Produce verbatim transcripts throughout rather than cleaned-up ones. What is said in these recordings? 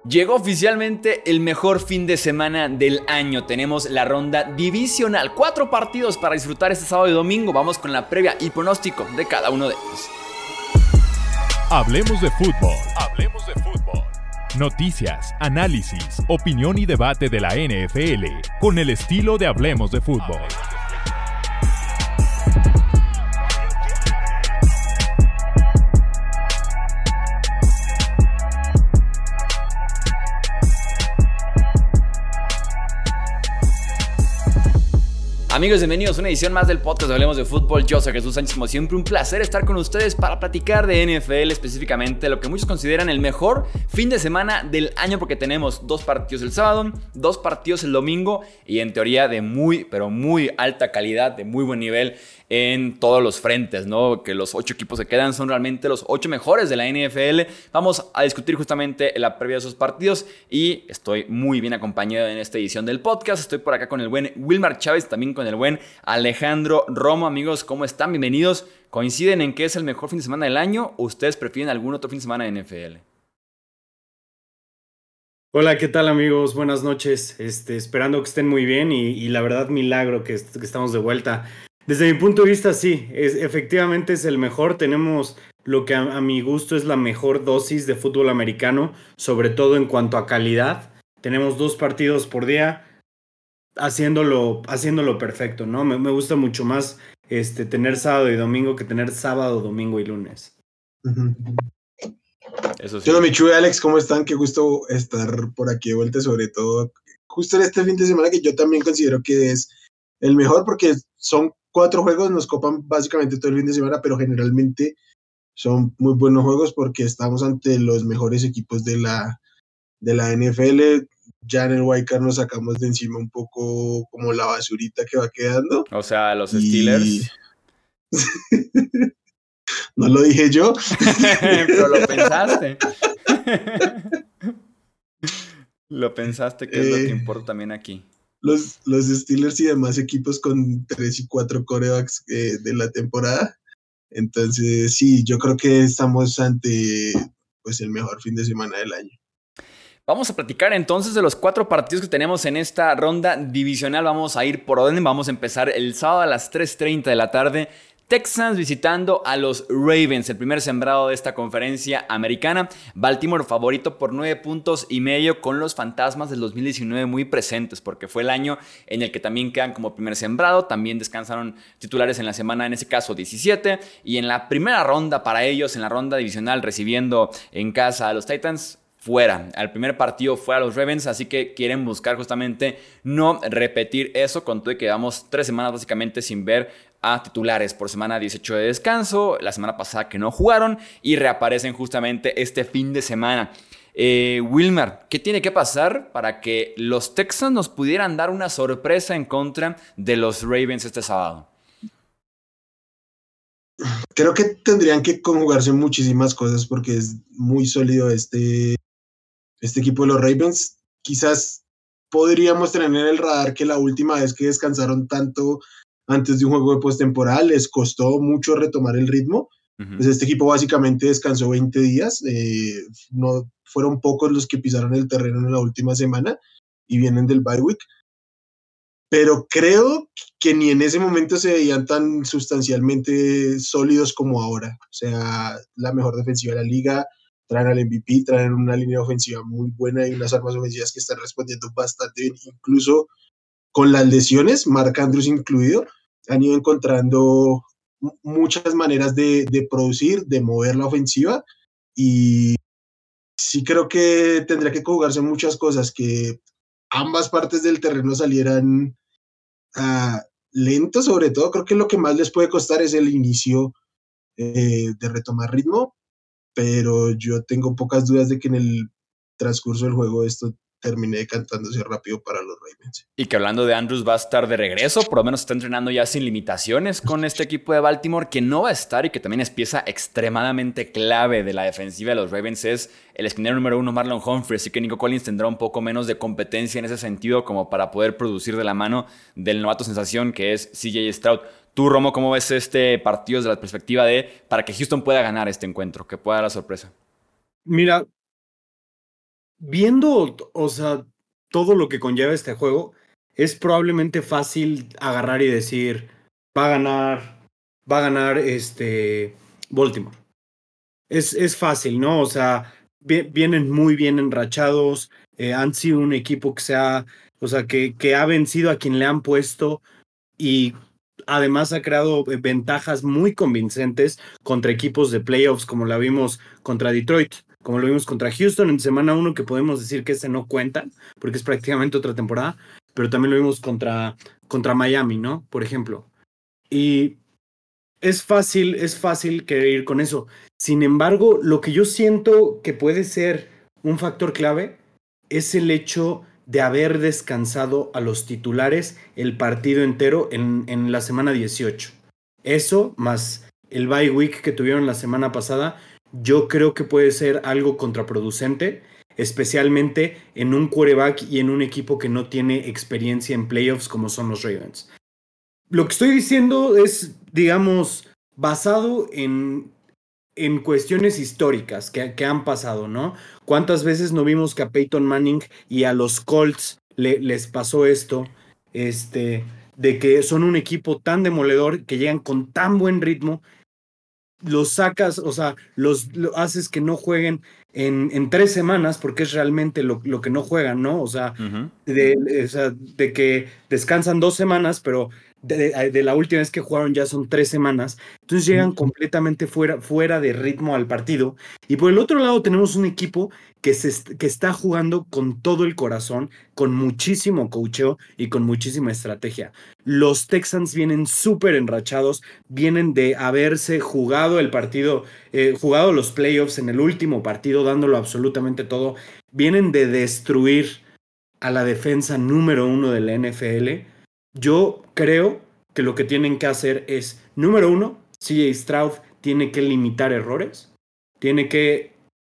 Llegó oficialmente el mejor fin de semana del año. Tenemos la ronda divisional. Cuatro partidos para disfrutar este sábado y domingo. Vamos con la previa y pronóstico de cada uno de ellos. Hablemos de fútbol. Hablemos de fútbol. Noticias, análisis, opinión y debate de la N F L con el estilo de Hablemos de fútbol. Amigos, bienvenidos a una edición más del podcast de Hablemos de Fútbol. Yo soy Jesús Sánchez, como siempre un placer estar con ustedes para platicar de N F L, específicamente lo que muchos consideran el mejor fin de semana del año, porque tenemos dos partidos el sábado, dos partidos el domingo y en teoría de muy, pero muy alta calidad, de muy buen nivel en todos los frentes, ¿no? Que los ocho equipos que quedan son realmente los ocho mejores de la N F L. Vamos a discutir justamente la previa de esos partidos y estoy muy bien acompañado en esta edición del podcast. Estoy por acá con el buen Wilmar Chávez, también con el buen Alejandro Romo. Amigos, ¿cómo están? Bienvenidos. ¿Coinciden en que es el mejor fin de semana del año o ustedes prefieren algún otro fin de semana de N F L? Hola, ¿qué tal, amigos? Buenas noches. Este, esperando que estén muy bien y, y la verdad, milagro que, que estamos de vuelta. Desde mi punto de vista, sí, es, efectivamente es el mejor. Tenemos lo que a, a mi gusto es la mejor dosis de fútbol americano, sobre todo en cuanto a calidad. Tenemos dos partidos por día, haciéndolo, haciéndolo perfecto, ¿no? Me, me gusta mucho más este, tener sábado y domingo que tener sábado, domingo y lunes. Eso sí. Hola, Michu y Alex, ¿cómo están? Qué gusto estar por aquí de vuelta, sobre todo justo en este fin de semana que yo también considero que es el mejor, porque son cuatro juegos, nos copan básicamente todo el fin de semana, pero generalmente son muy buenos juegos porque estamos ante los mejores equipos de la, de la N F L. Ya en el wildcard nos sacamos de encima un poco como la basurita que va quedando. O sea, los y... Steelers. No lo dije yo. Pero lo pensaste. Lo pensaste, que es eh, lo que importa también aquí. Los, los Steelers y demás equipos con tres y cuatro quarterbacks eh, de la temporada. Entonces, sí, yo creo que estamos ante pues, el mejor fin de semana del año. Vamos a platicar entonces de los cuatro partidos que tenemos en esta ronda divisional. Vamos a ir por orden. Vamos a empezar el sábado a las tres treinta de la tarde. Texans visitando a los Ravens, el primer sembrado de esta conferencia americana. Baltimore favorito por nueve puntos y medio, con los fantasmas del dos mil diecinueve muy presentes, porque fue el año en el que también quedan como primer sembrado. También descansaron titulares en la semana, en ese caso diecisiete, y en la primera ronda para ellos, en la ronda divisional, recibiendo en casa a los Titans, fuera. Al primer partido fue a los Ravens, así que quieren buscar justamente no repetir eso, con todo y que llevamos tres semanas básicamente sin ver a titulares por semana dieciocho de descanso, la semana pasada que no jugaron y reaparecen justamente este fin de semana. Eh, Wilmar, ¿qué tiene que pasar para que los Texans nos pudieran dar una sorpresa en contra de los Ravens este sábado? Creo que tendrían que conjugarse muchísimas cosas porque es muy sólido este, este equipo de los Ravens. Quizás podríamos tener en el radar que la última vez que descansaron tanto antes de un juego de postemporada les costó mucho retomar el ritmo. Uh-huh. Pues este equipo básicamente descansó veinte días. Eh, no, fueron pocos los que pisaron el terreno en la última semana y vienen del bye week. Pero creo que ni en ese momento se veían tan sustancialmente sólidos como ahora. O sea, la mejor defensiva de la liga, traen al M V P, traen una línea ofensiva muy buena y unas armas ofensivas que están respondiendo bastante bien, incluso con las lesiones, Mark Andrews incluido, han ido encontrando muchas maneras de, de producir, de mover la ofensiva, y sí creo que tendría que conjugarse muchas cosas, que ambas partes del terreno salieran uh, lentos, sobre todo. Creo que lo que más les puede costar es el inicio eh, de retomar ritmo, pero yo tengo pocas dudas de que en el transcurso del juego esto terminé decantándose rápido para los Ravens. Y que hablando de Andrews, va a estar de regreso, por lo menos está entrenando ya sin limitaciones con este equipo de Baltimore, que no va a estar y que también es pieza extremadamente clave de la defensiva de los Ravens, es el esquinero número uno, Marlon Humphrey, así que Nico Collins tendrá un poco menos de competencia en ese sentido como para poder producir de la mano del novato sensación que es C J Stroud. Tú, Romo, ¿cómo ves este partido desde la perspectiva de para que Houston pueda ganar este encuentro, que pueda dar la sorpresa? Mira, viendo, o sea, todo lo que conlleva este juego, es probablemente fácil agarrar y decir, va a ganar, va a ganar este Baltimore. Es, es fácil, ¿no? O sea, vi- vienen muy bien enrachados, eh, han sido un equipo que se ha, o sea, que, que ha vencido a quien le han puesto y además ha creado eh, ventajas muy convincentes contra equipos de playoffs, como la vimos contra Detroit, como lo vimos contra Houston en semana uno, que podemos decir que ese no cuenta, porque es prácticamente otra temporada, pero también lo vimos contra, contra Miami, ¿no? Por ejemplo. Y es fácil, es fácil querer ir con eso. Sin embargo, lo que yo siento que puede ser un factor clave es el hecho de haber descansado a los titulares el partido entero en, en la semana dieciocho. Eso, más el bye week que tuvieron la semana pasada, yo creo que puede ser algo contraproducente, especialmente en un quarterback y en un equipo que no tiene experiencia en playoffs como son los Ravens. Lo que estoy diciendo es, digamos, basado en, en cuestiones históricas que, que han pasado, ¿no? ¿Cuántas veces no vimos que a Peyton Manning y a los Colts le- les pasó esto? Este, de que son un equipo tan demoledor que llegan con tan buen ritmo, los sacas, o sea, los, lo haces que no jueguen en, en tres semanas, porque es realmente lo, lo que no juegan, ¿no? O sea, Ujú. de, de- o sea, de que descansan dos semanas, pero de, de- de la última vez que jugaron ya son tres semanas. Entonces llegan completamente fuera, fuera de ritmo al partido. Y por el otro lado tenemos un equipo que, se, est- que está jugando con todo el corazón, con muchísimo coacheo y con muchísima estrategia. Los Texans vienen súper enrachados, vienen de haberse jugado el partido, eh, jugado los playoffs en el último partido, dándolo absolutamente todo. Vienen de destruir a la defensa número uno de la N F L. Yo creo que lo que tienen que hacer es, número uno, C J Stroud tiene que limitar errores, tiene que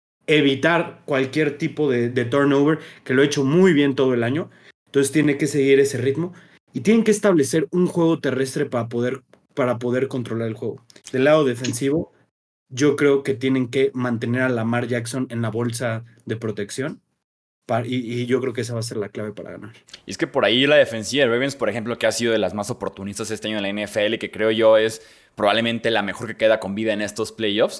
evitar cualquier tipo de, de turnover, que lo ha hecho muy bien todo el año. Entonces tiene que seguir ese ritmo y tienen que establecer un juego terrestre para poder, para poder controlar el juego. Del lado defensivo, yo creo que tienen que mantener a Lamar Jackson en la bolsa de protección para, y, y yo creo que esa va a ser la clave para ganar. Y es que por ahí la defensiva de Ravens, por ejemplo, que ha sido de las más oportunistas este año en la N F L, que creo yo es probablemente la mejor que queda con vida en estos playoffs.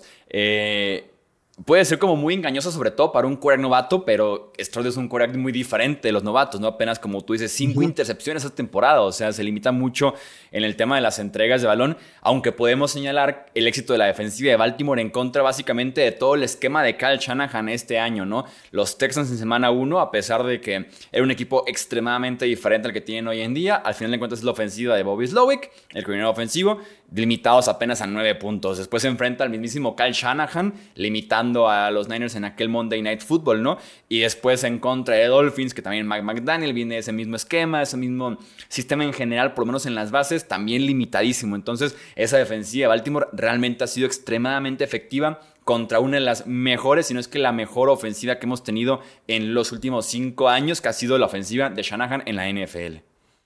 Eh, puede ser como muy engañosa, sobre todo para un quarterback novato, pero Stroud es un quarterback muy diferente de los novatos, ¿no? Apenas, como tú dices, cinco Ujú. intercepciones esta temporada, o sea, se limita mucho en el tema de las entregas de balón, aunque podemos señalar el éxito de la defensiva de Baltimore en contra básicamente de todo el esquema de Kyle Shanahan este año, ¿no? Los Texans en semana uno, a pesar de que era un equipo extremadamente diferente al que tienen hoy en día, al final de cuentas es la ofensiva de Bobby Slowick, el coordinador ofensivo, limitados apenas a nueve puntos. Después se enfrenta al mismísimo Kyle Shanahan, limitando a los Niners en aquel Monday Night Football, ¿no? Y después en contra de Dolphins, que también Mike McDaniel viene de ese mismo esquema, ese mismo sistema en general, por lo menos en las bases, también limitadísimo. Entonces, esa defensiva de Baltimore realmente ha sido extremadamente efectiva contra una de las mejores, si no es que la mejor ofensiva que hemos tenido en los últimos cinco años, que ha sido la ofensiva de Shanahan en la N F L.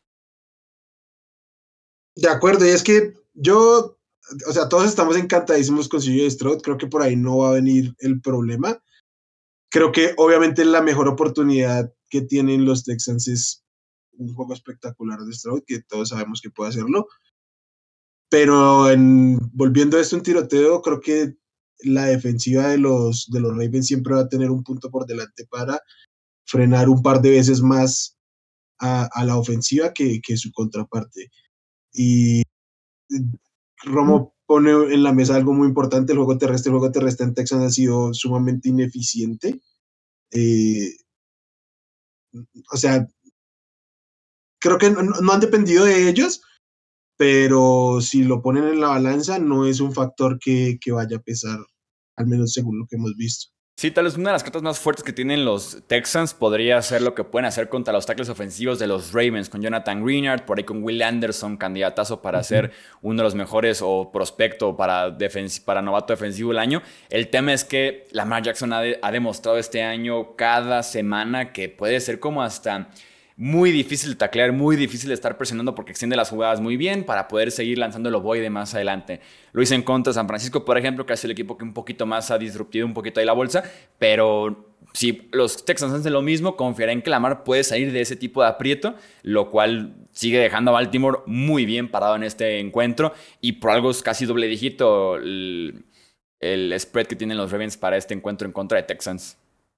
De acuerdo, y es que yo, o sea, todos estamos encantadísimos con C J Stroud, creo que por ahí no va a venir el problema. Creo que obviamente la mejor oportunidad que tienen los Texans es un juego espectacular de Stroud, que todos sabemos que puede hacerlo. Pero en, volviendo a esto un tiroteo, creo que la defensiva de los, de los Ravens siempre va a tener un punto por delante para frenar un par de veces más a, a la ofensiva que, que su contraparte. Y Romo pone en la mesa algo muy importante, el juego terrestre. El juego terrestre en Texas ha sido sumamente ineficiente. Eh, o sea, creo que no, no han dependido de ellos, pero si lo ponen en la balanza, no es un factor que, que vaya a pesar, al menos según lo que hemos visto. Sí, tal vez una de las cartas más fuertes que tienen los Texans podría ser lo que pueden hacer contra los tackles ofensivos de los Ravens, con Jonathan Greenard, por ahí con Will Anderson, candidatazo para uh-huh. ser uno de los mejores o prospecto para, defens- para novato defensivo del año. El tema es que Lamar Jackson ha, de- ha demostrado este año cada semana que puede ser como hasta muy difícil de taclear, muy difícil de estar presionando porque extiende las jugadas muy bien para poder seguir lanzando el ovoide más adelante. Lo hizo en contra de San Francisco, por ejemplo, que ha sido el equipo que un poquito más ha disruptido un poquito ahí la bolsa, pero si los Texans hacen lo mismo, confiaré en que Lamar puede salir de ese tipo de aprieto, lo cual sigue dejando a Baltimore muy bien parado en este encuentro y por algo es casi doble dígito el, el spread que tienen los Ravens para este encuentro en contra de Texans.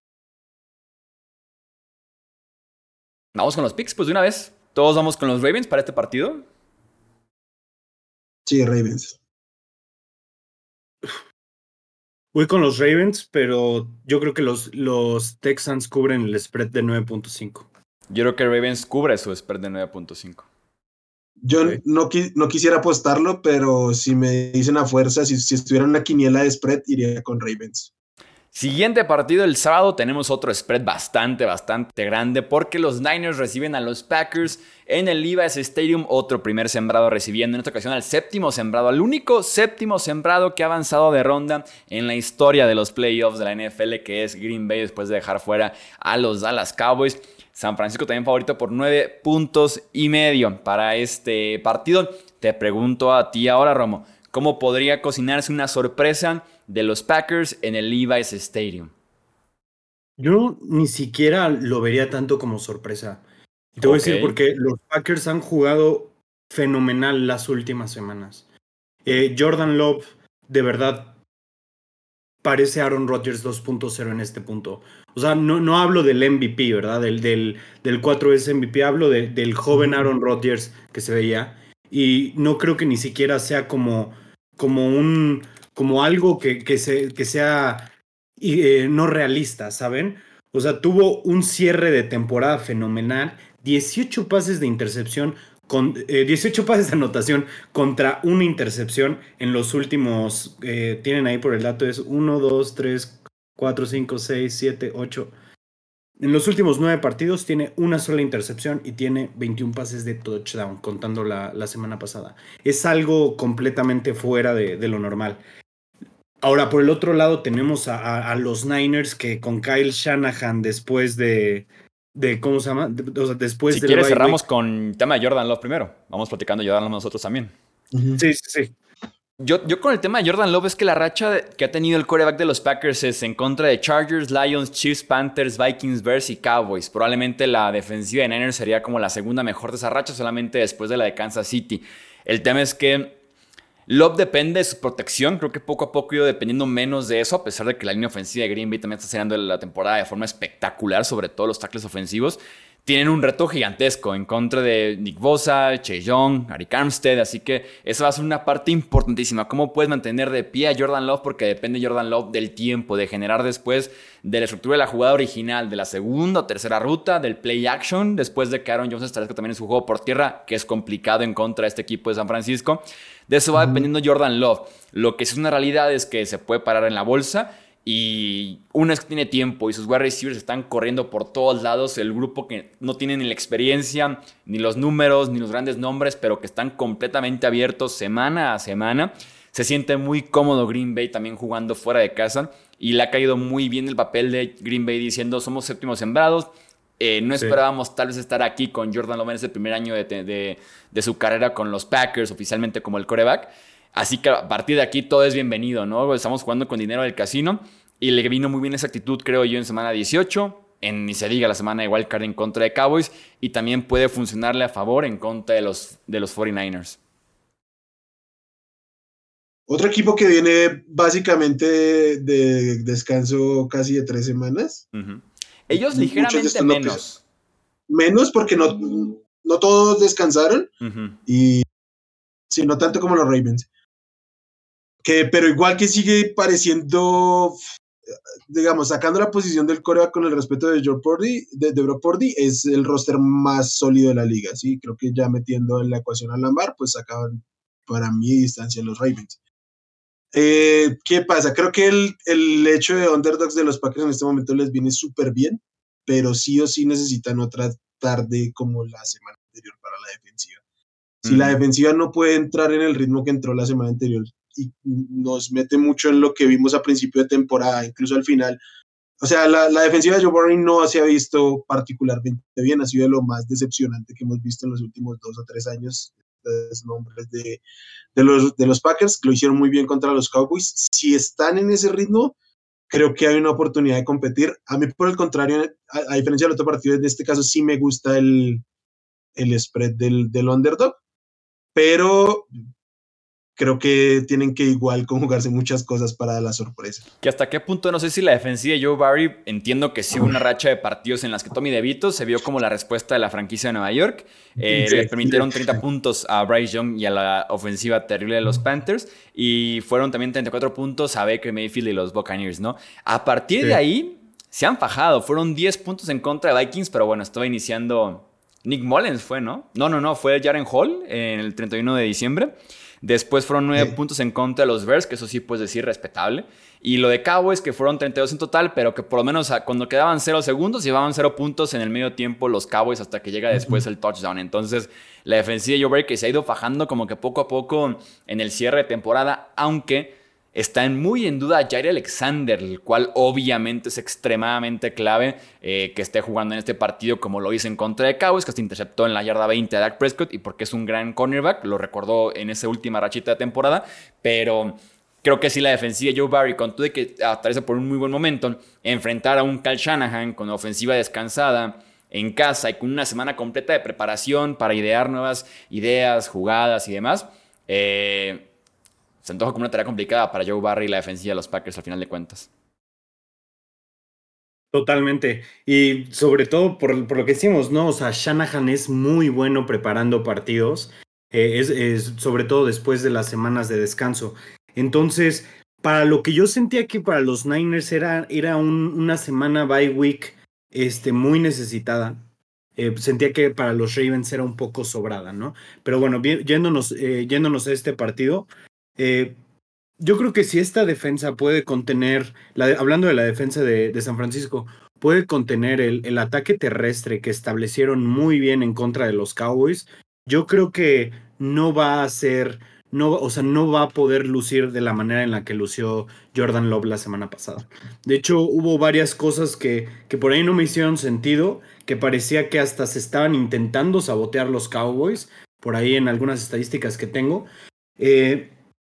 Vamos con los picks, pues de una vez. Todos vamos con los Ravens para este partido. Sí, Ravens. Voy con los Ravens, pero yo creo que los, los Texans cubren el spread de nueve punto cinco. Yo creo que Ravens cubre su spread de nueve punto cinco. Yo Ok. no, qui- no quisiera apostarlo, pero si me dicen a fuerza, si, si estuviera en una quiniela de spread, iría con Ravens. Siguiente partido el sábado tenemos otro spread bastante, bastante grande porque los Niners reciben a los Packers en el Levi's Stadium, otro primer sembrado recibiendo en esta ocasión al séptimo sembrado, al único séptimo sembrado que ha avanzado de ronda en la historia de los playoffs de la N F L, que es Green Bay, después de dejar fuera a los Dallas Cowboys. San Francisco también favorito por nueve puntos y medio para este partido. Te pregunto a ti ahora, Romo, ¿cómo podría cocinarse una sorpresa de los Packers en el Levi's Stadium? Yo ni siquiera lo vería tanto como sorpresa. Y te voy Ok. a decir porque los Packers han jugado fenomenal las últimas semanas. Eh, Jordan Love, de verdad, parece Aaron Rodgers dos punto cero en este punto. O sea, no, no hablo del M V P, ¿verdad? Del, del, del cuatro veces M V P, hablo de- del joven Aaron Rodgers que se veía. Y no creo que ni siquiera sea como, como un como algo que, que, se, que sea eh, no realista, ¿saben? O sea, tuvo un cierre de temporada fenomenal, dieciocho pases de intercepción, con, eh, dieciocho pases de anotación contra una intercepción en los últimos, eh, tienen ahí por el dato, es uno, dos, tres, cuatro, cinco, seis, siete, ocho. En los últimos nueve partidos tiene una sola intercepción y tiene veintiún pases de touchdown, contando la, la semana pasada. Es algo completamente fuera de, de lo normal. Ahora, por el otro lado, tenemos a, a, a los Niners que con Kyle Shanahan después de, de ¿cómo se llama? De, o sea, después Si del quieres, bye cerramos week. con el tema de Jordan Love primero. Vamos platicando de Jordan Love nosotros también. Ujú. Sí, sí, sí. Yo, yo con el tema de Jordan Love es que la racha de- que ha tenido el quarterback de los Packers es en contra de Chargers, Lions, Chiefs, Panthers, Vikings, Bears y Cowboys. Probablemente la defensiva de Niners sería como la segunda mejor de esa racha, solamente después de la de Kansas City. El tema es que Love depende de su protección. Creo que poco a poco ha ido dependiendo menos de eso, a pesar de que la línea ofensiva de Green Bay también está cerrando la temporada de forma espectacular, sobre todo los tackles ofensivos. Tienen un reto gigantesco en contra de Nick Bosa, Chase Young, Arik Armstead, así que esa va a ser una parte importantísima. ¿Cómo puedes mantener de pie a Jordan Love? Porque depende Jordan Love del tiempo, de generar después de la estructura de la jugada original, de la segunda o tercera ruta, del play action, después de que Aaron Jones establezca también en su juego por tierra, que es complicado en contra de este equipo de San Francisco. De eso va dependiendo Jordan Love. Lo que sí es una realidad es que se puede parar en la bolsa. Y una es que tiene tiempo y sus wide receivers están corriendo por todos lados. El grupo que no tiene ni la experiencia, ni los números, ni los grandes nombres, pero que están completamente abiertos semana a semana. Se siente muy cómodo Green Bay también jugando fuera de casa. Y le ha caído muy bien el papel de Green Bay diciendo somos séptimos sembrados. Eh, no Sí. esperábamos tal vez estar aquí con Jordan Love en ese primer año de, de, de su carrera con los Packers, oficialmente como el quarterback. Así que a partir de aquí todo es bienvenido, ¿no? Estamos jugando con dinero del casino y le vino muy bien esa actitud, creo yo, en semana dieciocho. En ni se diga la semana de Wildcard en contra de Cowboys. Y también puede funcionarle a favor en contra de los, de los cuarenta y nueve ers. Otro equipo que viene básicamente de, de descanso casi de tres semanas. Uh-huh. Ellos Muchos de ligeramente estos no menos. Menos porque no, no todos descansaron. Uh-huh. Y sí, no tanto como los Ravens. Que, pero igual que sigue pareciendo, digamos, sacando la posición del quarterback con el respeto de Joe Purdy, de, de Brock Purdy, es el roster más sólido de la liga, ¿sí? Creo que ya metiendo en la ecuación a Lamar, pues sacaban para mí distancia los Ravens. Eh, ¿Qué pasa? Creo que el, el hecho de underdogs de los Packers en este momento les viene súper bien, pero sí o sí necesitan otra tarde como la semana anterior para la defensiva. Si uh-huh. la defensiva no puede entrar en el ritmo que entró la semana anterior y nos mete mucho en lo que vimos a principio de temporada, incluso al final, o sea, la, la defensiva de Joe Burrow no se ha visto particularmente bien, ha sido lo más decepcionante que hemos visto en los últimos dos o tres años. Los nombres de, de, los, de los Packers, que lo hicieron muy bien contra los Cowboys. Si están en ese ritmo, creo que hay una oportunidad de competir. A mí, por el contrario, a, a diferencia del otro partido, en este caso sí me gusta el, el spread del, del underdog, pero creo que tienen que igual conjugarse muchas cosas para la sorpresa. Que hasta qué punto, no sé si la defensiva de Joe Barry, entiendo que sí hubo una racha de partidos en las que Tommy DeVito se vio como la respuesta de la franquicia de Nueva York. Eh, sí, le permitieron treinta puntos a Bryce Young y a la ofensiva terrible de los Panthers. Y fueron también treinta y cuatro puntos a Baker Mayfield y los Buccaneers, ¿no? A partir sí. de ahí se han fajado. Fueron diez puntos en contra de Vikings, pero bueno, estaba iniciando... Nick Mullens fue, ¿no? No, no, no, fue Jaren Hall en el treinta y uno de diciembre. Después fueron nueve sí. puntos en contra de los Bears, que eso sí puedes decir respetable. Y lo de Cowboys, que fueron treinta y dos en total, pero que por lo menos cuando quedaban cero segundos, llevaban cero puntos en el medio tiempo los Cowboys hasta que llega después el touchdown. Entonces, la defensiva de Joe Barry que se ha ido fajando como que poco a poco en el cierre de temporada, aunque está en muy en duda Jair Alexander, el cual obviamente es extremadamente clave eh, que esté jugando en este partido como lo hizo en contra de Cowboys, que hasta interceptó en la yarda veinte a Dak Prescott y porque es un gran cornerback, lo recordó en esa última rachita de temporada, pero creo que sí la defensiva de Joe Barry, con todo de que atraviesa por un muy buen momento, enfrentar a un Kyle Shanahan con ofensiva descansada en casa y con una semana completa de preparación para idear nuevas ideas, jugadas y demás, eh... se antoja como una tarea complicada para Joe Barry y la defensiva de los Packers al final de cuentas. Totalmente. Y sobre todo por, por lo que decimos, ¿no? O sea, Shanahan es muy bueno preparando partidos, eh, es, es, sobre todo después de las semanas de descanso. Entonces, para lo que yo sentía que para los Niners era, era un, una semana bye week este, muy necesitada. Eh, sentía que para los Ravens era un poco sobrada, ¿no? Pero bueno, bien, yéndonos, eh, yéndonos a este partido, Eh, yo creo que si esta defensa puede contener, la de, hablando de la defensa de, de San Francisco, puede contener el, el ataque terrestre que establecieron muy bien en contra de los Cowboys, yo creo que no va a ser, no, o sea, no va a poder lucir de la manera en la que lució Jordan Love la semana pasada. De hecho, hubo varias cosas que, que por ahí no me hicieron sentido, que parecía que hasta se estaban intentando sabotear los Cowboys, por ahí en algunas estadísticas que tengo. Eh,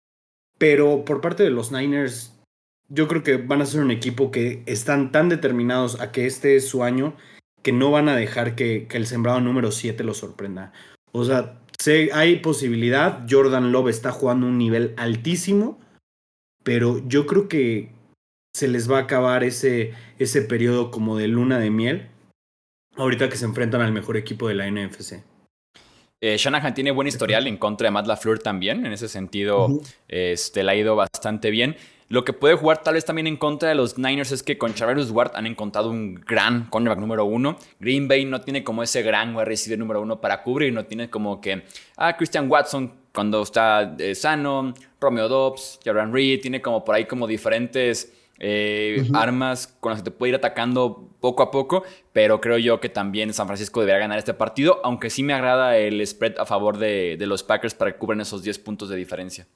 Pero por parte de los Niners, yo creo que van a ser un equipo que están tan determinados a que este es su año que no van a dejar que, que el sembrado número siete los sorprenda. O sea, sé, hay posibilidad. Jordan Love está jugando un nivel altísimo, pero yo creo que se les va a acabar ese, ese periodo como de luna de miel ahorita que se enfrentan al mejor equipo de la N F C. Eh, Shanahan tiene buen historial en contra de Matt LaFleur también. En ese sentido, uh-huh. este, le ha ido bastante bien. Lo que puede jugar tal vez también en contra de los Niners es que con Charvarius Ward han encontrado un gran cornerback número uno. Green Bay no tiene como ese gran wide receiver número uno para cubrir. No tiene como que ah, Christian Watson cuando está eh, sano, Romeo Doubs, Jarran Reed. Tiene como por ahí como diferentes... Eh, uh-huh. armas con las que te puede ir atacando poco a poco, pero creo yo que también San Francisco debería ganar este partido, aunque sí me agrada el spread a favor de, de los Packers para que cubran esos diez puntos de diferencia.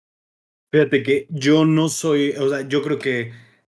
Fíjate que yo no soy, o sea, yo creo que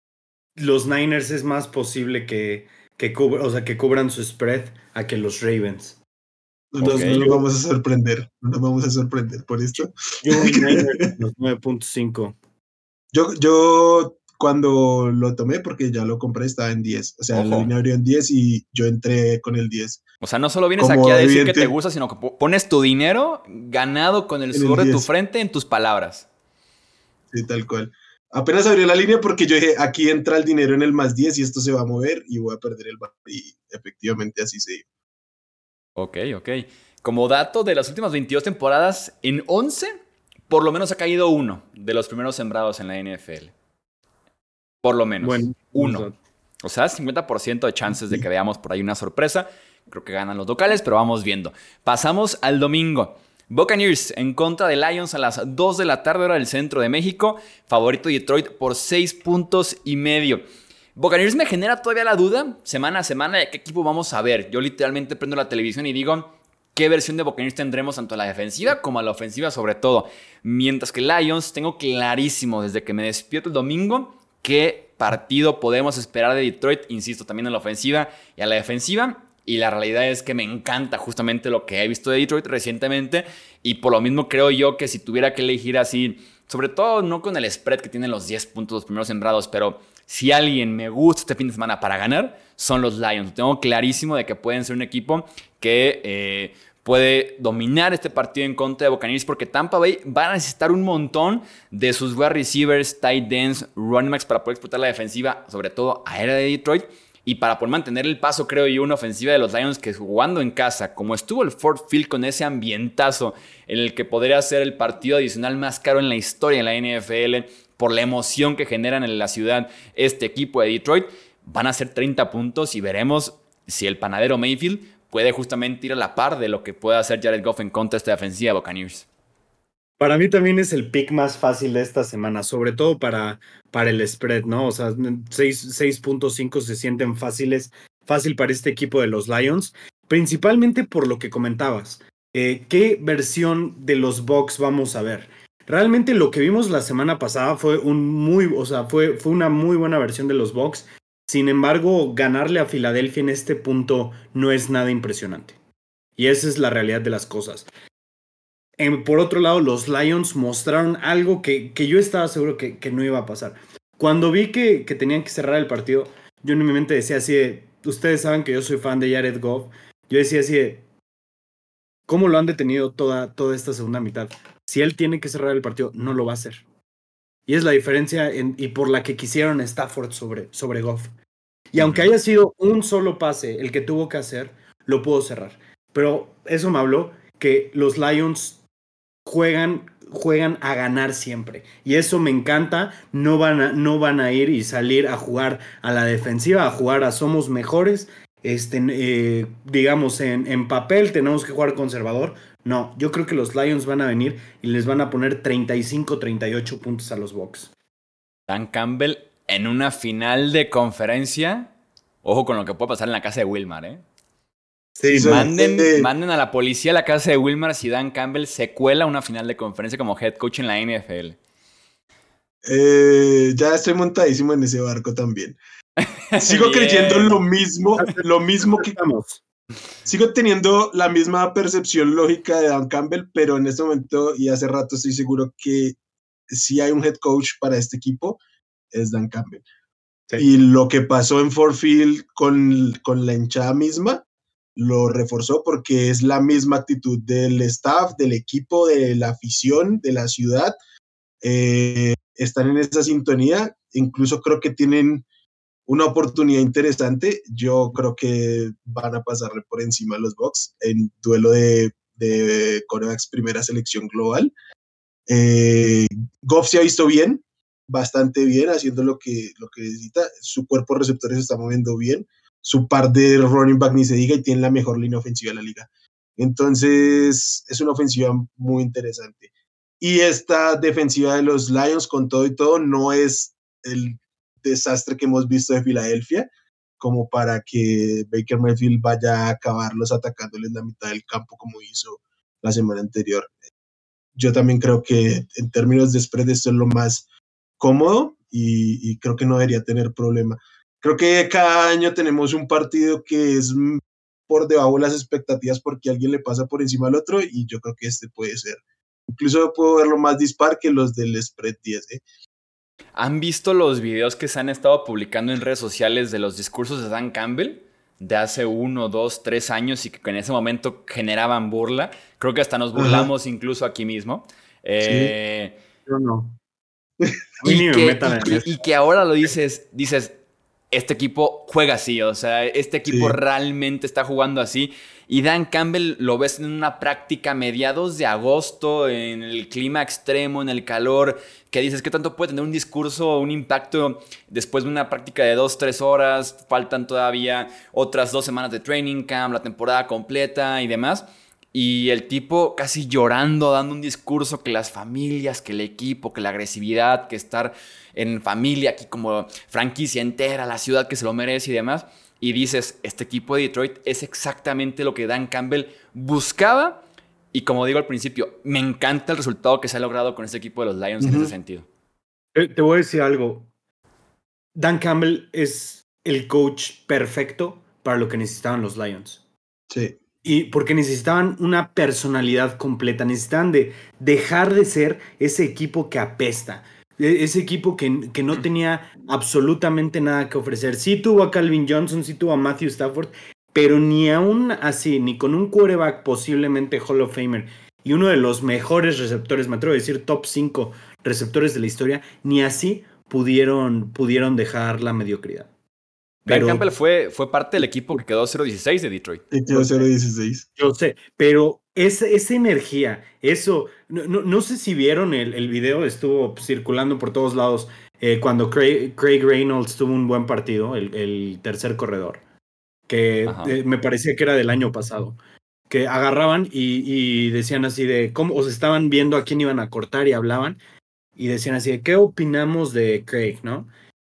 los Niners es más posible que, que, cubra, o sea, que cubran su spread a que los Ravens. Entonces okay. no nos vamos a sorprender, no nos vamos a sorprender por esto. Yo voy Niners los nueve punto cinco. Yo, yo cuando lo tomé, porque ya lo compré, estaba en diez. O sea, Ojo. La línea abrió en diez y yo entré con el diez. O sea, no solo vienes Como aquí a decir evidente, que te gusta, sino que pones tu dinero ganado con el sudor el de tu frente en tus palabras. Sí, tal cual. Apenas abrió la línea porque yo dije, aquí entra el dinero en el más diez y esto se va a mover y voy a perder el valor. Y efectivamente así se dio. Ok, ok. Como dato de las últimas veintidós temporadas, en once, por lo menos ha caído uno de los primeros sembrados en la N F L. Por lo menos. Bueno, uno. O sea, cincuenta por ciento de chances de que veamos por ahí una sorpresa. Creo que ganan los locales, pero vamos viendo. Pasamos al domingo. Buccaneers en contra de Lions a las dos de la tarde, hora del centro de México. Favorito Detroit por seis puntos y medio. Buccaneers me genera todavía la duda, semana a semana, de qué equipo vamos a ver. Yo literalmente prendo la televisión y digo, ¿qué versión de Buccaneers tendremos tanto a la defensiva como a la ofensiva sobre todo? Mientras que Lions, tengo clarísimo desde que me despierto el domingo qué partido podemos esperar de Detroit, insisto, también a la ofensiva y a la defensiva. Y la realidad es que me encanta justamente lo que he visto de Detroit recientemente. Y por lo mismo creo yo que si tuviera que elegir así, sobre todo no con el spread que tienen los diez puntos los primeros sembrados, pero si alguien me gusta este fin de semana para ganar, son los Lions. Tengo clarísimo de que pueden ser un equipo que eh, puede dominar este partido en contra de Buccaneers, porque Tampa Bay va a necesitar un montón de sus wide receivers, tight ends, running backs para poder explotar la defensiva, sobre todo aérea de Detroit, y para poder mantener el paso, creo yo, una ofensiva de los Lions que jugando en casa, como estuvo el Ford Field con ese ambientazo en el que podría ser el partido adicional más caro en la historia en la N F L, por la emoción que generan en la ciudad este equipo de Detroit, van a ser treinta puntos y veremos si el panadero Mayfield puede justamente ir a la par de lo que pueda hacer Jared Goff en contra de esta defensiva de Buccaneers. Para mí también es el pick más fácil de esta semana, sobre todo para, para el spread, ¿no? O sea, seis punto cinco se sienten fáciles, fácil para este equipo de los Lions, principalmente por lo que comentabas. Eh, ¿Qué versión de los Bucs vamos a ver? Realmente lo que vimos la semana pasada fue un muy, o sea, fue, fue una muy buena versión de los Bucs. Sin embargo, ganarle a Filadelfia en este punto no es nada impresionante. Y esa es la realidad de las cosas. En, por otro lado, los Lions mostraron algo que, que yo estaba seguro que, que no iba a pasar. Cuando vi que, que tenían que cerrar el partido, yo en mi mente decía así de, ustedes saben que yo soy fan de Jared Goff, yo decía así de, ¿cómo lo han detenido toda, toda esta segunda mitad? Si él tiene que cerrar el partido, no lo va a hacer. Y es la diferencia en, y por la que quisieron Stafford sobre, sobre Goff. Y aunque haya sido un solo pase el que tuvo que hacer, lo pudo cerrar. Pero eso me habló que los Lions juegan, juegan a ganar siempre. Y eso me encanta. No van a, no van a ir y salir a jugar a la defensiva, a jugar a somos mejores. Este, eh, digamos, en, en papel tenemos que jugar conservador. No, yo creo que los Lions van a venir y les van a poner treinta y cinco, treinta y ocho puntos a los Bucs. Dan Campbell en una final de conferencia. Ojo con lo que puede pasar en la casa de Wilmar, ¿eh? Sí, manden, sí. manden a la policía a la casa de Wilmar si Dan Campbell se cuela una final de conferencia como head coach en la N F L. Eh, ya estoy montadísimo en ese barco también. Sigo creyendo lo mismo, lo mismo que estamos. Sigo teniendo la misma percepción lógica de Dan Campbell, pero en este momento y hace rato estoy seguro que si hay un head coach para este equipo es Dan Campbell. Sí. Y lo que pasó en Ford Field con, con la hinchada misma lo reforzó porque es la misma actitud del staff, del equipo, de la afición, de la ciudad. Eh, están en esa sintonía, incluso creo que tienen una oportunidad interesante. Yo creo que van a pasarle por encima a los Bucs en duelo de, de quarterbacks primera selección global. Eh, Goff se ha visto bien, bastante bien, haciendo lo que, lo que necesita. Su cuerpo de receptores se está moviendo bien. Su par de running back ni se diga y tiene la mejor línea ofensiva de la liga. Entonces, es una ofensiva muy interesante. Y esta defensiva de los Lions, con todo y todo, no es el desastre que hemos visto de Filadelfia, como para que Baker Mayfield vaya a acabarlos atacándoles la mitad del campo como hizo la semana anterior. Yo también creo que en términos de spread esto es lo más cómodo y, y creo que no debería tener problema. Creo que cada año tenemos un partido que es por debajo de las expectativas porque alguien le pasa por encima al otro y yo creo que este puede ser. Incluso puedo verlo más dispar que los del spread diez, ¿eh? ¿Han visto los videos que se han estado publicando en redes sociales de los discursos de Dan Campbell de hace uno, dos, tres años y que en ese momento generaban burla? Creo que hasta nos burlamos. Ajá. Incluso aquí mismo. Eh, sí, yo no. y, que, y, que, y que ahora lo dices, dices, este equipo juega así, o sea, este equipo sí. realmente está jugando así. Y Dan Campbell lo ves en una práctica a mediados de agosto, en el clima extremo, en el calor, que dices, ¿qué tanto puede tener un discurso, un impacto después de una práctica de dos, tres horas? Faltan todavía otras dos semanas de training camp, la temporada completa y demás. Y el tipo casi llorando, dando un discurso que las familias, que el equipo, que la agresividad, que estar en familia aquí como franquicia entera, la ciudad que se lo merece y demás. Y dices, este equipo de Detroit es exactamente lo que Dan Campbell buscaba. Y como digo al principio, me encanta el resultado que se ha logrado con este equipo de los Lions uh-huh. en ese sentido. Eh, te voy a decir algo. Dan Campbell es el coach perfecto para lo que necesitaban los Lions. Sí. Y porque necesitaban una personalidad completa. Necesitaban de dejar de ser ese equipo que apesta. ese equipo que, que no tenía absolutamente nada que ofrecer. Sí tuvo a Calvin Johnson, sí tuvo a Matthew Stafford, pero ni aún así, ni con un quarterback posiblemente Hall of Famer y uno de los mejores receptores, me atrevo a decir top cinco receptores de la historia, ni así pudieron, pudieron dejar la mediocridad. Dan Campbell fue, fue parte del equipo que quedó cero dieciséis de Detroit. Quedó cero dieciséis. Yo sé, pero esa, esa energía, eso, no, no, no sé si vieron el, el video, estuvo circulando por todos lados eh, cuando Craig, Craig Reynolds tuvo un buen partido, el, el tercer corredor, que eh, me parecía que era del año pasado, que agarraban y, y decían así de cómo, o se estaban viendo a quién iban a cortar y hablaban, y decían así de, ¿qué opinamos de Craig, no?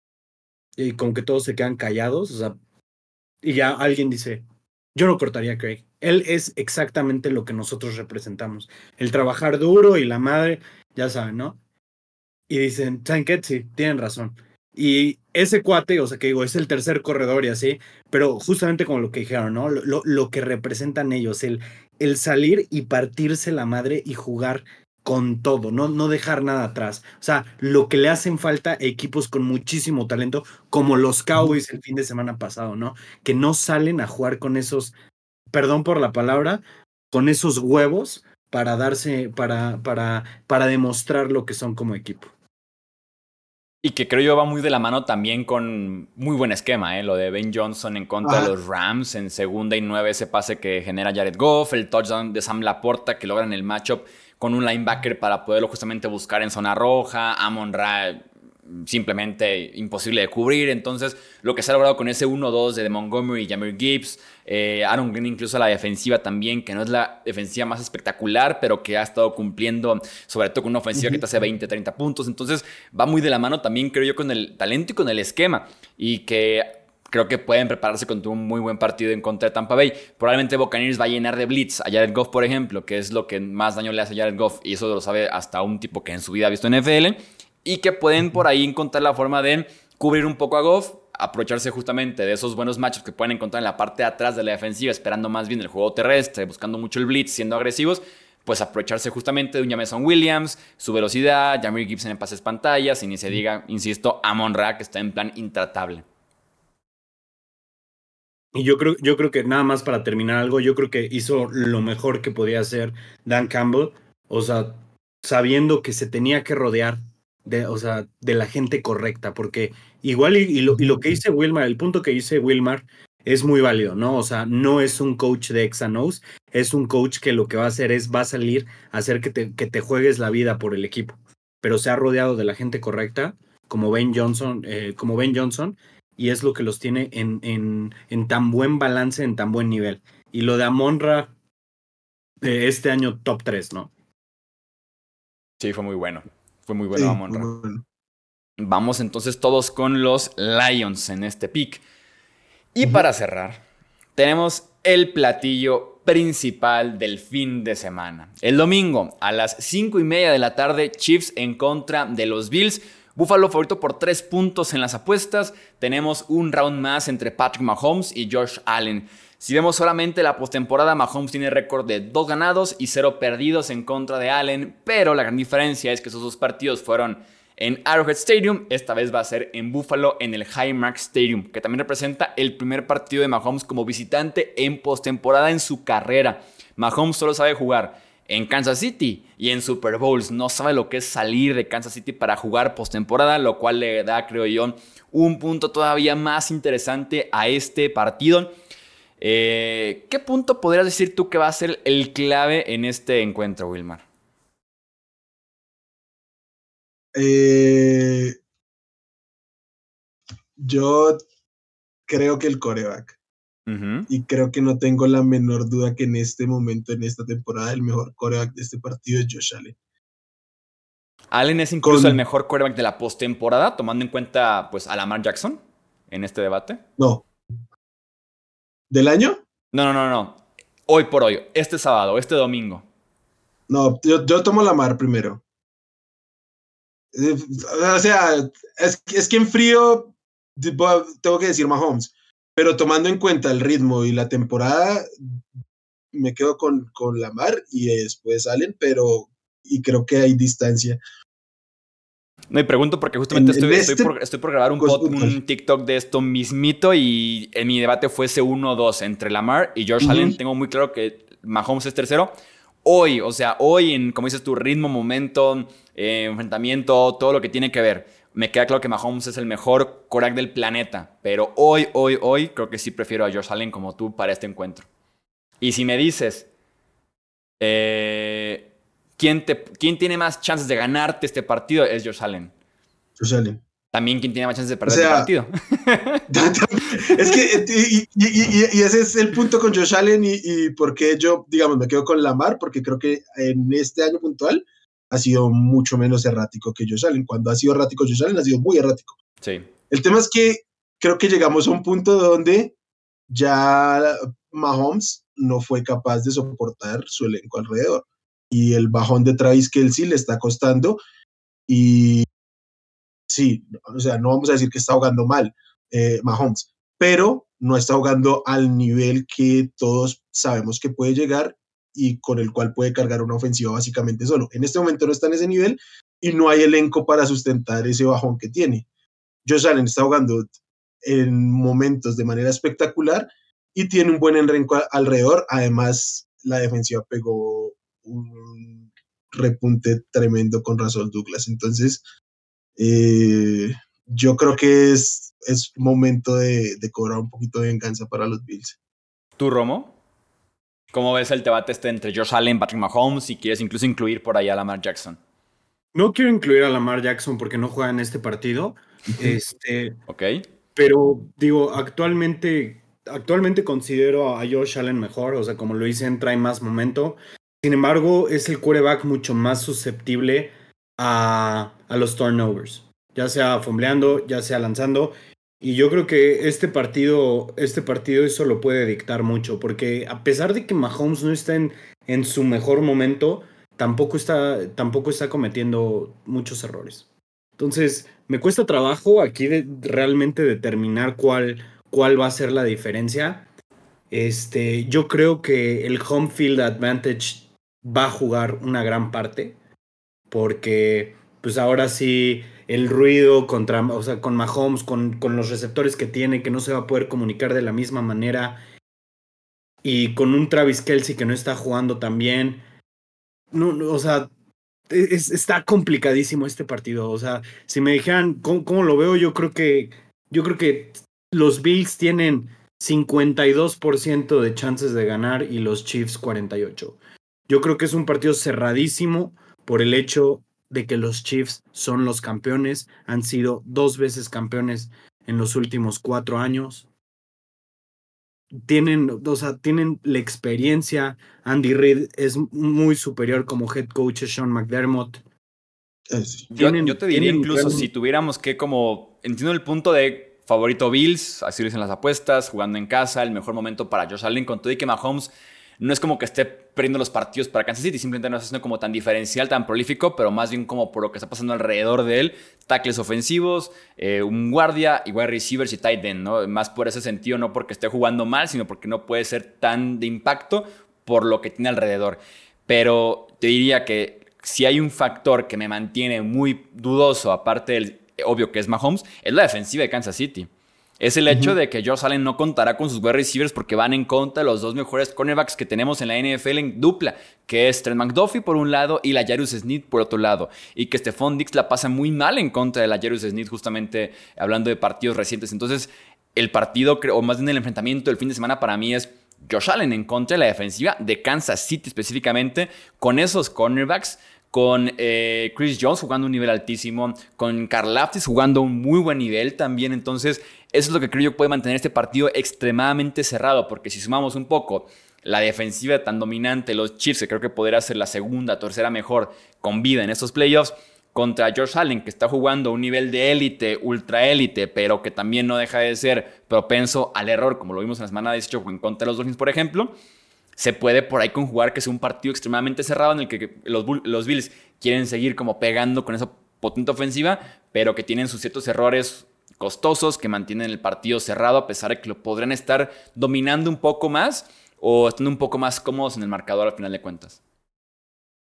Y como que todos se quedan callados, o sea, y ya alguien dice, yo no cortaría a Craig. Él es exactamente lo que nosotros representamos. El trabajar duro y la madre, ya saben, ¿no? Y dicen, ¿saben qué? Sí, tienen razón. Y ese cuate, o sea, que digo, es el tercer corredor y así, pero justamente como lo que dijeron, ¿no? Lo, lo, lo que representan ellos, el, el salir y partirse la madre y jugar con todo, no, no dejar nada atrás. O sea, lo que le hacen falta a equipos con muchísimo talento, como los Cowboys el fin de semana pasado, ¿no? Que no salen a jugar con esos, perdón por la palabra, con esos huevos para darse, para, para, para demostrar lo que son como equipo. Y que creo yo va muy de la mano también con muy buen esquema, ¿eh? Lo de Ben Johnson en contra ah. de los Rams en segunda y nueve, ese pase que genera Jared Goff, el touchdown de Sam Laporta que logran el matchup con un linebacker para poderlo justamente buscar en zona roja, Amon-Ra simplemente imposible de cubrir. Entonces, lo que se ha logrado con ese uno dos de Montgomery y Jahmyr Gibbs, eh, Aaron Green incluso la defensiva también, que no es la defensiva más espectacular, pero que ha estado cumpliendo, sobre todo con una ofensiva uh-huh. que te hace veinte, treinta puntos. Entonces, va muy de la mano también, creo yo, con el talento y con el esquema. Y que creo que pueden prepararse contra un muy buen partido en contra de Tampa Bay. Probablemente Buccaneers va a llenar de blitz a Jared Goff, por ejemplo, que es lo que más daño le hace a Jared Goff. Y eso lo sabe hasta un tipo que en su vida ha visto N F L. Y que pueden por ahí encontrar la forma de cubrir un poco a Goff, aprovecharse justamente de esos buenos matchups que pueden encontrar en la parte de atrás de la defensiva, esperando más bien el juego terrestre, buscando mucho el blitz, siendo agresivos, pues aprovecharse justamente de un Jameson Williams, su velocidad, Jahmyr Gibbs en pases pantallas, y ni se diga, insisto, Amon-Ra, que está en plan intratable. Y yo creo, yo creo que nada más para terminar algo, yo creo que hizo lo mejor que podía hacer Dan Campbell, o sea, sabiendo que se tenía que rodear de, o sea, de la gente correcta, porque igual y, y, lo, y lo que dice Wilmar, el punto que dice Wilmar es muy válido, ¿no? O sea, no es un coach de X and O's, es un coach que lo que va a hacer es, va a salir a hacer que te, que te juegues la vida por el equipo, pero se ha rodeado de la gente correcta, como Ben Johnson, eh, como Ben Johnson, y es lo que los tiene en, en, en tan buen balance, en tan buen nivel. Y lo de Amon-Ra, eh, este año top tres, ¿no? Sí, fue muy bueno. Fue muy bueno, sí, Amon-Ra. Muy bueno. Vamos entonces todos con los Lions en este pick. Y uh-huh. para cerrar, tenemos el platillo principal del fin de semana. El domingo, a las cinco y media de la tarde, Chiefs en contra de los Bills. Buffalo favorito por tres puntos en las apuestas. Tenemos un round más entre Patrick Mahomes y Josh Allen. Si vemos solamente la postemporada, Mahomes tiene récord de dos ganados y cero perdidos en contra de Allen, pero la gran diferencia es que esos dos partidos fueron en Arrowhead Stadium. Esta vez va a ser en Buffalo, en el Highmark Stadium, que también representa el primer partido de Mahomes como visitante en postemporada en su carrera. Mahomes solo sabe jugar en Kansas City y en Super Bowls. No sabe lo que es salir de Kansas City para jugar postemporada, lo cual le da, creo yo, un punto todavía más interesante a este partido. Eh, ¿Qué punto podrías decir tú que va a ser el clave en este encuentro, Wilmar? Eh, yo creo que el quarterback. Uh-huh. Y creo que no tengo la menor duda que en este momento, en esta temporada, el mejor quarterback de este partido es Josh Allen. Allen es incluso Con... el mejor quarterback de la postemporada, tomando en cuenta pues, a Lamar Jackson en este debate. No. ¿Del año? No, no, no, no. Hoy por hoy, este sábado, este domingo. No, yo, yo tomo Lamar primero. O sea, es, es que en frío tengo que decir Mahomes, pero tomando en cuenta el ritmo y la temporada, me quedo con, con Lamar y después Allen, pero y creo que hay distancia. No, y pregunto porque justamente En- estoy, en estoy, este por, estoy por grabar un, Cos pod- Football. un TikTok de esto mismito y en mi debate fue ese uno dos entre Lamar y Josh Ujú. Allen. Tengo muy claro que Mahomes es tercero. Hoy, o sea, hoy en, como dices tu ritmo, momento, eh, enfrentamiento, todo lo que tiene que ver. Me queda claro que Mahomes es el mejor quarterback del planeta. Pero hoy, hoy, hoy, creo que sí prefiero a Josh Allen como tú para este encuentro. Y si me dices, eh, ¿quién, te, ¿quién tiene más chances de ganarte este partido? Es Josh Allen. Josh Allen. También, ¿quién tiene más chances de O perder este sea, partido? es que, eh, y, y- y- y ese es el punto con Josh Allen y, y por qué yo, digamos, me quedo con Lamar, porque creo que en este año puntual ha sido mucho menos errático que Josh Allen. Cuando ha sido errático Josh Allen, ha sido muy errático. Sí. El tema es que creo que llegamos a un punto donde ya Mahomes no fue capaz de soportar su elenco alrededor. Y el bajón de Travis Kelce le está costando. Y sí, o sea, no vamos a decir que está jugando mal eh, Mahomes, pero no está jugando al nivel que todos sabemos que puede llegar y con el cual puede cargar una ofensiva básicamente solo. En este momento no está en ese nivel y no hay elenco para sustentar ese bajón que tiene. Josh Allen está jugando en momentos de manera espectacular y tiene un buen elenco alrededor. Además, la defensiva pegó un repunte tremendo con Russell Douglas. Entonces, eh, yo creo que es, es momento de, de cobrar un poquito de venganza para los Bills. ¿Tú, Romo? ¿Cómo ves el debate este entre Josh Allen, Patrick Mahomes, si quieres incluso incluir por ahí a Lamar Jackson? No quiero incluir a Lamar Jackson porque no juega en este partido. Ujú. Este, ¿Ok? pero digo, actualmente, actualmente considero a Josh Allen mejor, o sea, como lo dicen, trae más momento. Sin embargo, es el quarterback mucho más susceptible a, a los turnovers, ya sea fumbleando, ya sea lanzando. Y yo creo que este partido, este partido eso lo puede dictar mucho, porque a pesar de que Mahomes no está en, en su mejor momento, tampoco está, tampoco está cometiendo muchos errores. Entonces, me cuesta trabajo aquí de realmente determinar cuál, cuál va a ser la diferencia. Este, yo creo que el home field advantage va a jugar una gran parte, porque pues ahora sí el ruido contra, o sea, con Mahomes, con, con los receptores que tiene, que no se va a poder comunicar de la misma manera, y con un Travis Kelce que no está jugando tan bien. No, no, o sea, es- está complicadísimo este partido. O sea, si me dijeran cómo, cómo lo veo, yo creo que yo creo que los Bills tienen cincuenta y dos por ciento de chances de ganar y los Chiefs cuarenta y ocho por ciento. Yo creo que es un partido cerradísimo por el hecho de que los Chiefs son los campeones, han sido dos veces campeones en los últimos cuatro años. Tienen, o sea, tienen la experiencia. Andy Reid es muy superior como head coach a Sean McDermott. Eh, sí. Yo, yo Tienen, te diría tienen incluso si realmente- tuviéramos que como... Entiendo el punto de favorito Bills, así lo dicen las apuestas, jugando en casa, el mejor momento para Josh Allen, con todo y que Mahomes no es como que esté perdiendo los partidos para Kansas City, simplemente no está siendo como tan diferencial, tan prolífico, pero más bien como por lo que está pasando alrededor de él, tackles ofensivos, eh, un guardia, igual receivers y tight end, ¿no? Más por ese sentido, no porque esté jugando mal, sino porque no puede ser tan de impacto por lo que tiene alrededor. Pero te diría que si hay un factor que me mantiene muy dudoso, aparte del obvio que es Mahomes, es la defensiva de Kansas City. Es el hecho Ujú. de que Josh Allen no contará con sus wide receivers porque van en contra de los dos mejores cornerbacks que tenemos en la N F L en dupla, que es Trent McDuffie por un lado y la Jairus Sneed por otro lado. Y que Stephon Diggs la pasa muy mal en contra de la Jairus Sneed, justamente hablando de partidos recientes. Entonces, el partido, o más bien el enfrentamiento del fin de semana para mí es Josh Allen en contra de la defensiva de Kansas City específicamente, con esos cornerbacks, con eh, Chris Jones jugando un nivel altísimo, con Karlaftis jugando un muy buen nivel también. Entonces, eso es lo que creo yo puede mantener este partido extremadamente cerrado, porque si sumamos un poco la defensiva tan dominante, los Chiefs, que creo que podría ser la segunda, tercera mejor con vida en estos playoffs, contra Josh Allen, que está jugando a un nivel de élite, ultra élite, pero que también no deja de ser propenso al error, como lo vimos en la semana dieciocho en contra de los Dolphins, por ejemplo, se puede por ahí conjugar que sea un partido extremadamente cerrado en el que los, los Bills quieren seguir como pegando con esa potente ofensiva, pero que tienen sus ciertos errores costosos que mantienen el partido cerrado a pesar de que lo podrían estar dominando un poco más o estando un poco más cómodos en el marcador al final de cuentas.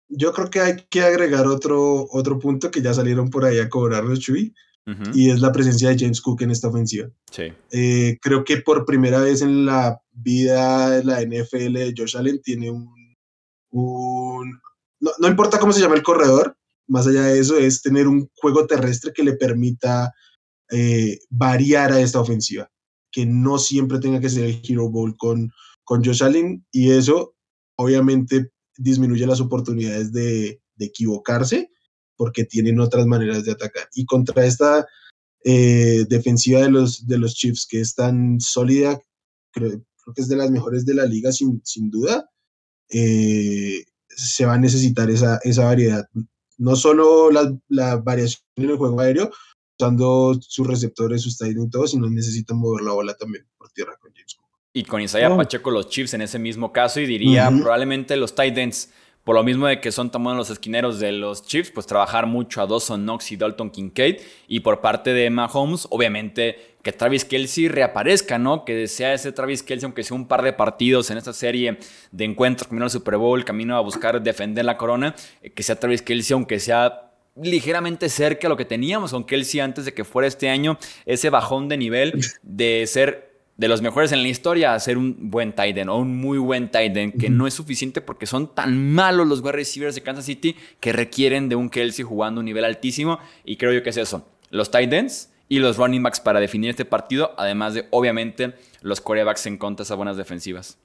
yo creo que hay que agregar otro, otro punto que ya salieron por ahí a cobrarlos, Chuy, Uh-huh. y es la presencia de James Cook en esta ofensiva. Sí. Eh, creo que por primera vez en la vida de la N F L, Josh Allen tiene un... un no, no importa cómo se llama el corredor, más allá de eso, es tener un juego terrestre que le permita eh, variar a esta ofensiva, que no siempre tenga que ser el Hero Bowl con, con Josh Allen, y eso obviamente disminuye las oportunidades de, de equivocarse, porque tienen otras maneras de atacar. Y contra esta eh, defensiva de los, de los Chiefs, que es tan sólida, creo, creo que es de las mejores de la liga sin, sin duda, eh, se va a necesitar esa, esa variedad. No solo la, la variación en el juego aéreo, usando sus receptores, sus tight y todo, sino necesitan mover la bola también por tierra con James Cook. Y con Isaiah oh. Pacheco los Chiefs en ese mismo caso, y diría uh-huh. probablemente los tight ends, por lo mismo de que son tan buenos los esquineros de los Chiefs, pues trabajar mucho a Dawson Knox y Dalton Kincaid. Y por parte de Mahomes, obviamente que Travis Kelce reaparezca, ¿no? Que sea ese Travis Kelce, aunque sea un par de partidos en esta serie de encuentros, camino al Super Bowl, camino a buscar defender la corona, que sea Travis Kelce, aunque sea ligeramente cerca a lo que teníamos con Kelce antes de que fuera este año, ese bajón de nivel de ser de los mejores en la historia a ser un buen tight end o un muy buen tight end, que uh-huh. no es suficiente porque son tan malos los wide receivers de Kansas City que requieren de un Kelce jugando a un nivel altísimo, y creo yo que es eso, los tight ends y los running backs para definir este partido, además de obviamente los quarterbacks en contra de esas buenas defensivas.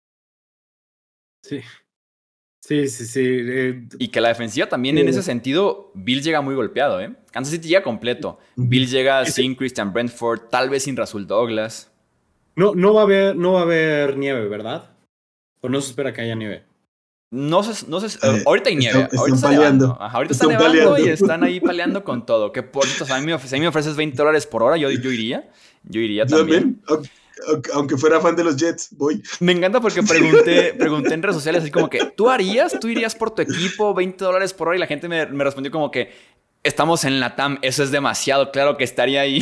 Sí. Sí, sí, sí. Eh, y que la defensiva también, sí. En ese sentido, Bill llega muy golpeado, ¿eh? Kansas City llega completo. Uh-huh. Bill llega sí. sin Christian Brentford, tal vez sin Rasul Douglas. No, no va a haber, no va a haber nieve, ¿verdad? ¿O no se espera que haya nieve? No se, no se, eh, ahorita hay nieve. Están, ahorita están está nevando. Ajá, ahorita están está nevando paleando. Y están ahí peleando con todo. Que por cierto, a mí me, si a mí me ofreces veinte dólares por hora, yo, yo iría. Yo iría yo también. también. Aunque fuera fan de los Jets, voy. Me encanta porque pregunté, pregunté en redes sociales así como que, ¿tú harías? ¿Tú irías por tu equipo veinte dólares por hora? Y la gente me, me respondió como que, estamos en la T A M, eso es demasiado, claro que estaría ahí.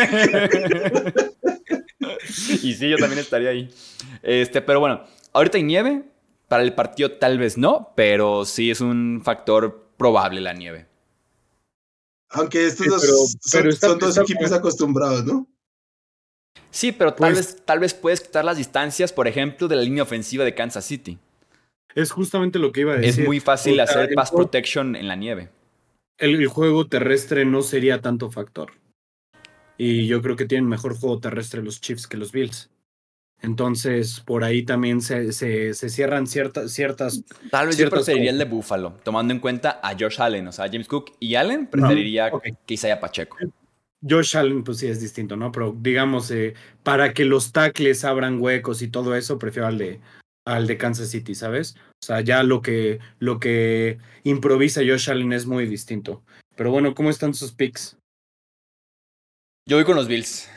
Y sí, yo también estaría ahí. Este, pero bueno, ahorita hay nieve. Para el partido tal vez no, pero sí es un factor probable la nieve. Aunque estos sí, dos pero, son, pero está, son dos está, equipos está, acostumbrados, ¿no? Sí, pero tal, pues, vez, tal vez puedes quitar las distancias, por ejemplo, de la línea ofensiva de Kansas City. Es justamente lo que iba a decir. Es muy fácil o sea, hacer pass juego, protection en la nieve. El, el juego terrestre no sería tanto factor. Y yo creo que tienen mejor juego terrestre los Chiefs que los Bills. Entonces, por ahí también se, se, se cierran ciertas... ciertas Tal vez ciertas yo preferiría cosas. el de Buffalo, tomando en cuenta a Josh Allen. O sea, James Cook y Allen preferiría no, okay. que Isaiah Pacheco. Josh Allen, pues sí es distinto, ¿no? Pero digamos, eh, para que los tackles abran huecos y todo eso, prefiero al de, al de Kansas City, ¿sabes? O sea, ya lo que, lo que improvisa Josh Allen es muy distinto. Pero bueno, ¿cómo están sus picks? Yo voy con los Bills.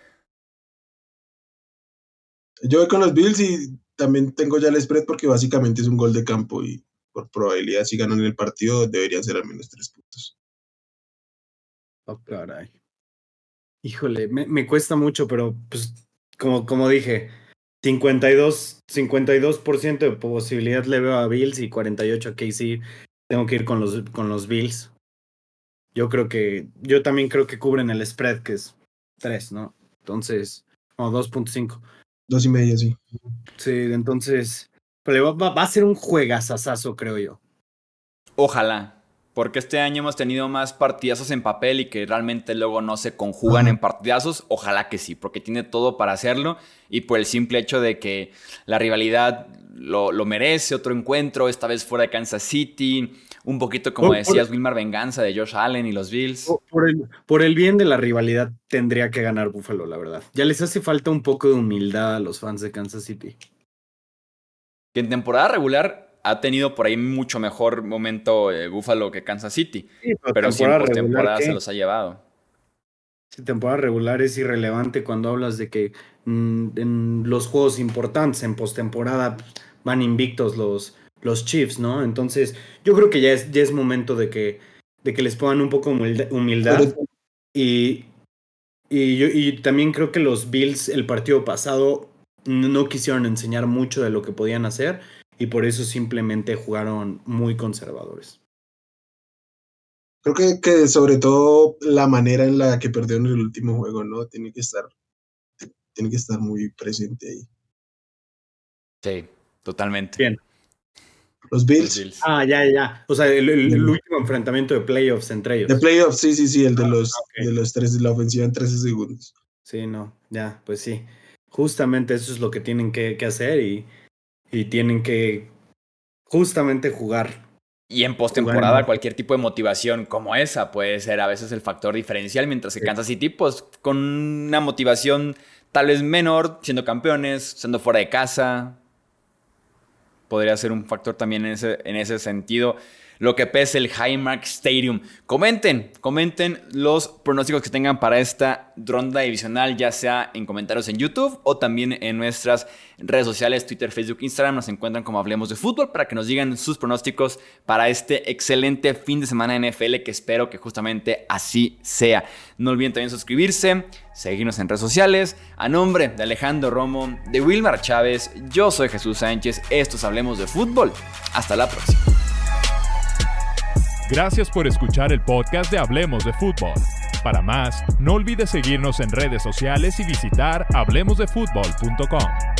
Yo voy con los Bills y también tengo ya el spread porque básicamente es un gol de campo y por probabilidad si ganan el partido deberían ser al menos tres puntos. Oh, caray. Híjole, me, me cuesta mucho, pero pues como, como dije, cincuenta y dos por ciento de posibilidad le veo a Bills y cuarenta y ocho a K C. Tengo que ir con los, con los Bills. Yo creo que, yo también creo que cubren el spread, que es tres, ¿no? Entonces, o dos punto cinco. Dos y medio, sí. Sí, entonces, pero va, va a ser un juegazazazo, creo yo. Ojalá, porque este año hemos tenido más partidazos en papel y que realmente luego no se conjugan uh-huh. en partidazos. Ojalá que sí, porque tiene todo para hacerlo y por el simple hecho de que la rivalidad lo, lo merece, otro encuentro, esta vez fuera de Kansas City, un poquito como por, decías, por, Wilmar, venganza de Josh Allen y los Bills. Por el, por el bien de la rivalidad tendría que ganar Buffalo, la verdad. Ya les hace falta un poco de humildad a los fans de Kansas City. Que en temporada regular ha tenido por ahí mucho mejor momento eh, Buffalo que Kansas City, sí, pero, pero sí en postemporada se los ha llevado. Sí, temporada regular es irrelevante cuando hablas de que mmm, en los juegos importantes en postemporada van invictos los, los Chiefs, ¿no? Entonces yo creo que ya es, ya es momento de que, de que les pongan un poco humildad, humildad y, y, yo, y también creo que los Bills el partido pasado no quisieron enseñar mucho de lo que podían hacer y por eso simplemente jugaron muy conservadores. Creo que, que sobre todo la manera en la que perdieron el último juego, ¿no? Tiene que estar, tiene que estar muy presente ahí. Sí, totalmente. Bien. Los Bills. Los Bills. Ah, ya, ya. O sea, el, el, el último enfrentamiento de playoffs entre ellos. De playoffs, sí, sí, sí, el de Ah, los, okay. de los tres de la ofensiva en trece segundos. Sí, no, ya, pues sí. Justamente eso es lo que tienen que, que hacer y, y tienen que justamente jugar. Y en postemporada cualquier tipo de motivación como esa puede ser a veces el factor diferencial, mientras que sí. Kansas City, pues con una motivación tal vez menor, siendo campeones, siendo fuera de casa, podría ser un factor también en ese, en ese sentido. Lo que pese el Highmark Stadium. Comenten, comenten los pronósticos que tengan para esta ronda divisional, ya sea en comentarios en YouTube o también en nuestras redes sociales, Twitter, Facebook, Instagram. Nos encuentran como Hablemos de Fútbol para que nos digan sus pronósticos para este excelente fin de semana de N F L, que espero que justamente así sea. No olviden también suscribirse, seguirnos en redes sociales. A nombre de Alejandro Romo, de Wilmar Chávez, yo soy Jesús Sánchez. Esto es Hablemos de Fútbol. Hasta la próxima. Gracias por escuchar el podcast de Hablemos de Fútbol. Para más, no olvides seguirnos en redes sociales y visitar hablemos de fútbol punto com.